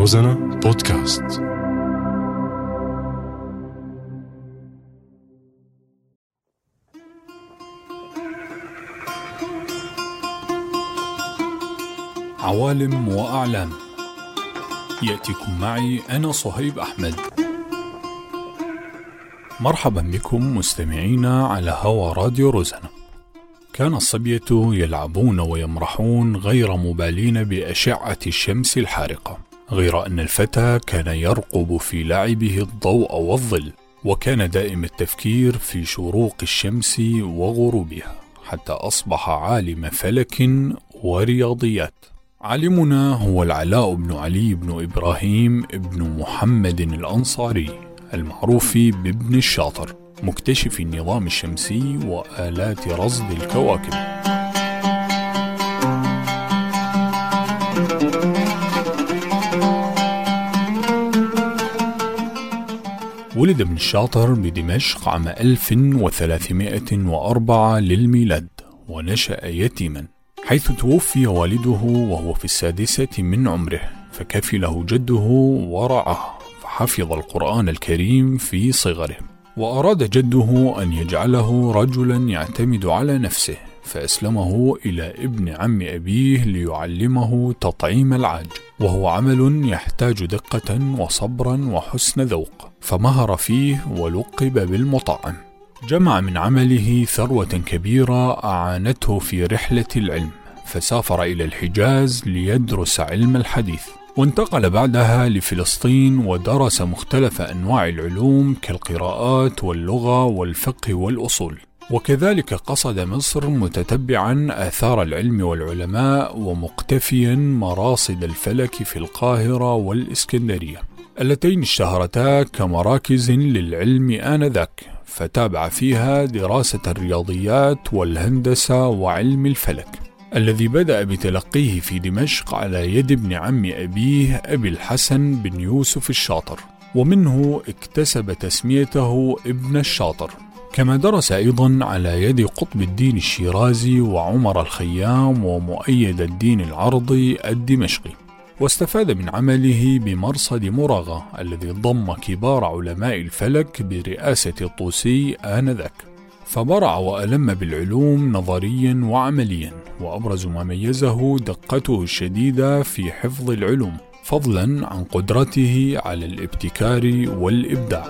روزانا بودكاست. عوالم وأعلام، يأتيكم معي أنا صهيب أحمد. مرحبا بكم مستمعينا على هوا راديو روزانا. كان الصبية يلعبون ويمرحون غير مبالين بأشعة الشمس الحارقة، غير أن الفتى كان يرقب في لعبه الضوء والظل، وكان دائم التفكير في شروق الشمس وغروبها، حتى أصبح عالم فلك ورياضيات. عالمنا هو العلاء بن علي بن إبراهيم بن محمد الأنصاري، المعروف بابن الشاطر، مكتشف النظام الشمسي وآلات رصد الكواكب. ولد ابن الشاطر بدمشق عام 1304 للميلاد، ونشأ يتيما، حيث توفي والده وهو في 6 من عمره، فكفله جده ورعاه، فحفظ القرآن الكريم في صغره. وأراد جده أن يجعله رجلا يعتمد على نفسه، فأسلمه إلى ابن عم أبيه ليعلمه تطعيم العاج، وهو عمل يحتاج دقة وصبرا وحسن ذوق، فمهر فيه ولقب بالمطعم. جمع من عمله ثروة كبيرة أعانته في رحلة العلم، فسافر إلى الحجاز ليدرس علم الحديث، وانتقل بعدها لفلسطين ودرس مختلف أنواع العلوم كالقراءات واللغة والفقه والأصول. وكذلك قصد مصر متتبعا آثار العلم والعلماء، ومقتفيا مراصد الفلك في القاهرة والإسكندرية، اللتين اشتهرتا كمراكز للعلم آنذاك، فتابع فيها دراسة الرياضيات والهندسة وعلم الفلك، الذي بدأ بتلقيه في دمشق على يد ابن عم أبيه أبي الحسن بن يوسف الشاطر، ومنه اكتسب تسميته ابن الشاطر. كما درس أيضا على يد قطب الدين الشيرازي وعمر الخيام ومؤيد الدين العرضي الدمشقي، واستفاد من عمله بمرصد مراغة الذي ضم كبار علماء الفلك برئاسة الطوسي آنذاك، فبرع وألم بالعلوم نظريا وعمليا، وأبرز ما ميزه دقته الشديدة في حفظ العلوم، فضلا عن قدرته على الابتكار والإبداع.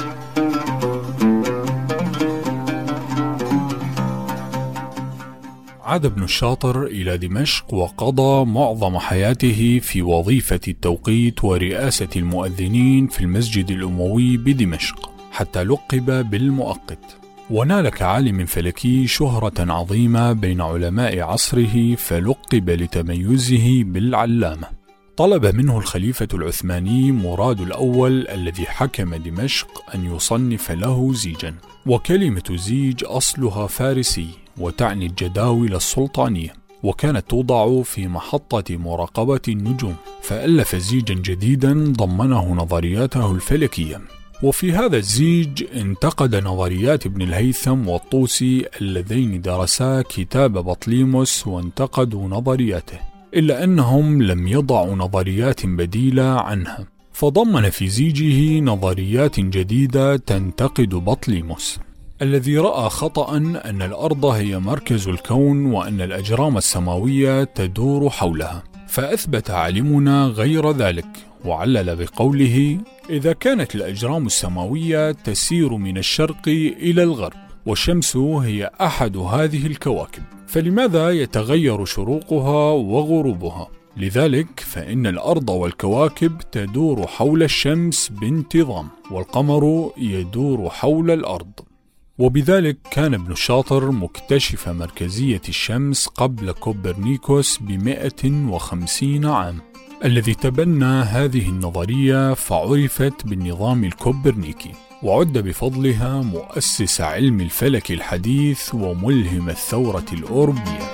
عاد ابن الشاطر إلى دمشق، وقضى معظم حياته في وظيفة التوقيت ورئاسة المؤذنين في المسجد الأموي بدمشق، حتى لقب بالمؤقت، ونال كعالم فلكي شهرة عظيمة بين علماء عصره، فلقب لتميزه بالعلامة. طلب منه الخليفة العثماني مراد الأول الذي حكم دمشق أن يصنف له زيجا، وكلمة زيج أصلها فارسي وتعني الجداول السلطانية، وكانت توضع في محطة مراقبة النجوم، فألف زيجا جديدا ضمنه نظرياته الفلكية. وفي هذا الزيج انتقد نظريات ابن الهيثم والطوسي اللذين درسا كتاب بطليموس وانتقدوا نظرياته، إلا أنهم لم يضعوا نظريات بديلة عنها، فضمن في زيجه نظريات جديدة تنتقد بطليموس الذي رأى خطأ أن الأرض هي مركز الكون، وأن الأجرام السماوية تدور حولها، فأثبت عالمنا غير ذلك، وعلل بقوله: إذا كانت الأجرام السماوية تسير من الشرق إلى الغرب، والشمس هي أحد هذه الكواكب، فلماذا يتغير شروقها وغروبها؟ لذلك فإن الأرض والكواكب تدور حول الشمس بانتظام، والقمر يدور حول الأرض. وبذلك كان ابن الشاطر مكتشف مركزية الشمس قبل كوبرنيكوس ب150 عام، الذي تبنى هذه النظرية فعرفت بالنظام الكوبرنيكي، وعد بفضلها مؤسس علم الفلك الحديث وملهم الثورة الأوروبية.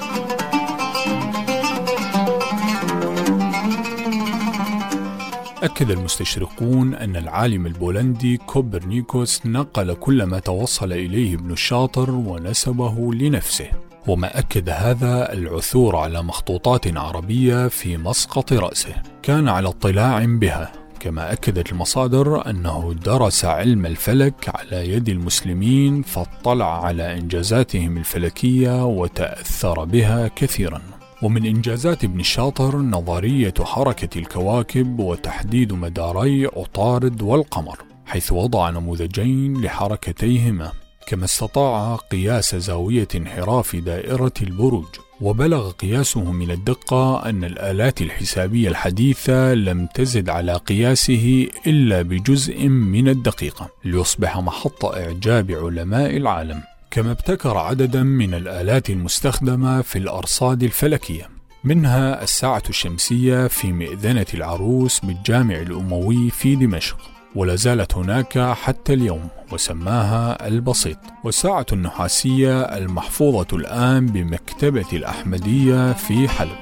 أكد المستشرقون أن العالم البولندي كوبرنيكوس نقل كل ما توصل إليه ابن الشاطر ونسبه لنفسه، وما أكد هذا العثور على مخطوطات عربية في مسقط رأسه كان على اطلاع بها. كما أكدت المصادر أنه درس علم الفلك على يد المسلمين، فاطلع على إنجازاتهم الفلكية وتأثر بها كثيرا. ومن إنجازات ابن الشاطر نظرية حركة الكواكب وتحديد مداري عطارد والقمر، حيث وضع نموذجين لحركتيهما، كما استطاع قياس زاوية انحراف دائرة البروج. وبلغ قياسه من الدقة أن الآلات الحسابية الحديثة لم تزد على قياسه إلا بجزء من الدقيقة، ليصبح محط إعجاب علماء العالم. كما ابتكر عددا من الآلات المستخدمة في الأرصاد الفلكية، منها الساعة الشمسية في مئذنة العروس بالجامع الأموي في دمشق، ولا زالت هناك حتى اليوم، وسماها البسيط. والساعة النحاسية المحفوظة الآن بمكتبة الأحمدية في حلب.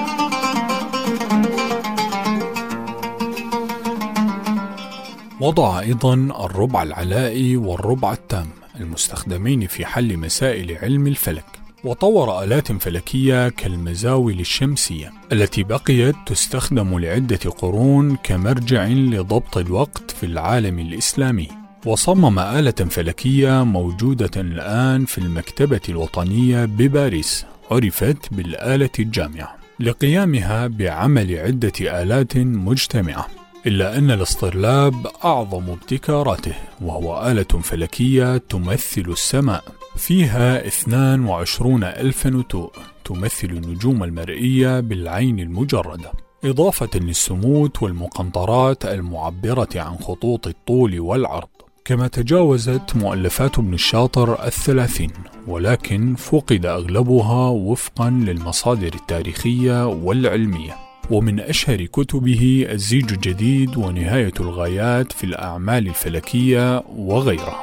وضع أيضا الربع العلائي والربع التام المستخدمين في حل مسائل علم الفلك. وطور آلات فلكية كالمزاول الشمسية التي بقيت تستخدم لعدة قرون كمرجع لضبط الوقت في العالم الإسلامي. وصمم آلة فلكية موجودة الآن في المكتبة الوطنية بباريس، عرفت بالآلة الجامعة، لقيامها بعمل عدة آلات مجتمعة. إلا أن الاسطرلاب أعظم ابتكاراته، وهو آلة فلكية تمثل السماء، فيها 22,000 نتوء تمثل النجوم المرئية بالعين المجردة، إضافة للسموت والمقنطرات المعبرة عن خطوط الطول والعرض. كما تجاوزت مؤلفات ابن الشاطر 30، ولكن فقد أغلبها وفقا للمصادر التاريخية والعلمية. ومن أشهر كتبه الزيج الجديد ونهاية الغايات في الأعمال الفلكية وغيرها.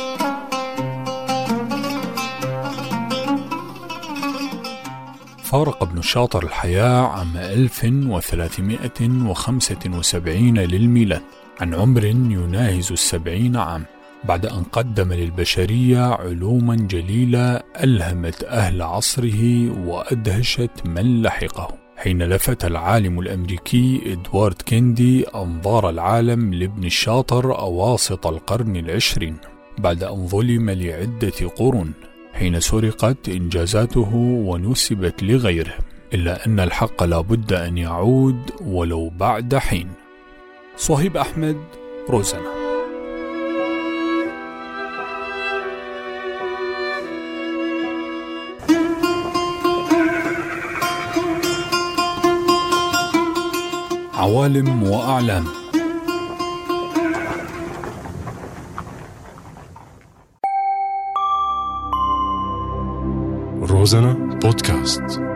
فارق ابن الشاطر الحياة عام 1375 للميلاد، عن عمر يناهز 70 عام، بعد أن قدم للبشرية علوما جليلة ألهمت أهل عصره وأدهشت من لحقه، حين لفت العالم الأمريكي إدوارد كيندي أنظار العالم لابن الشاطر أواسط القرن العشرين، بعد أن ظلم لعدة قرون، حين سرقت إنجازاته ونسبت لغيره. إلا أن الحق لا بد أن يعود ولو بعد حين. صهيب أحمد، روزانا. عوالم وأعلام. روزانا بودكاست.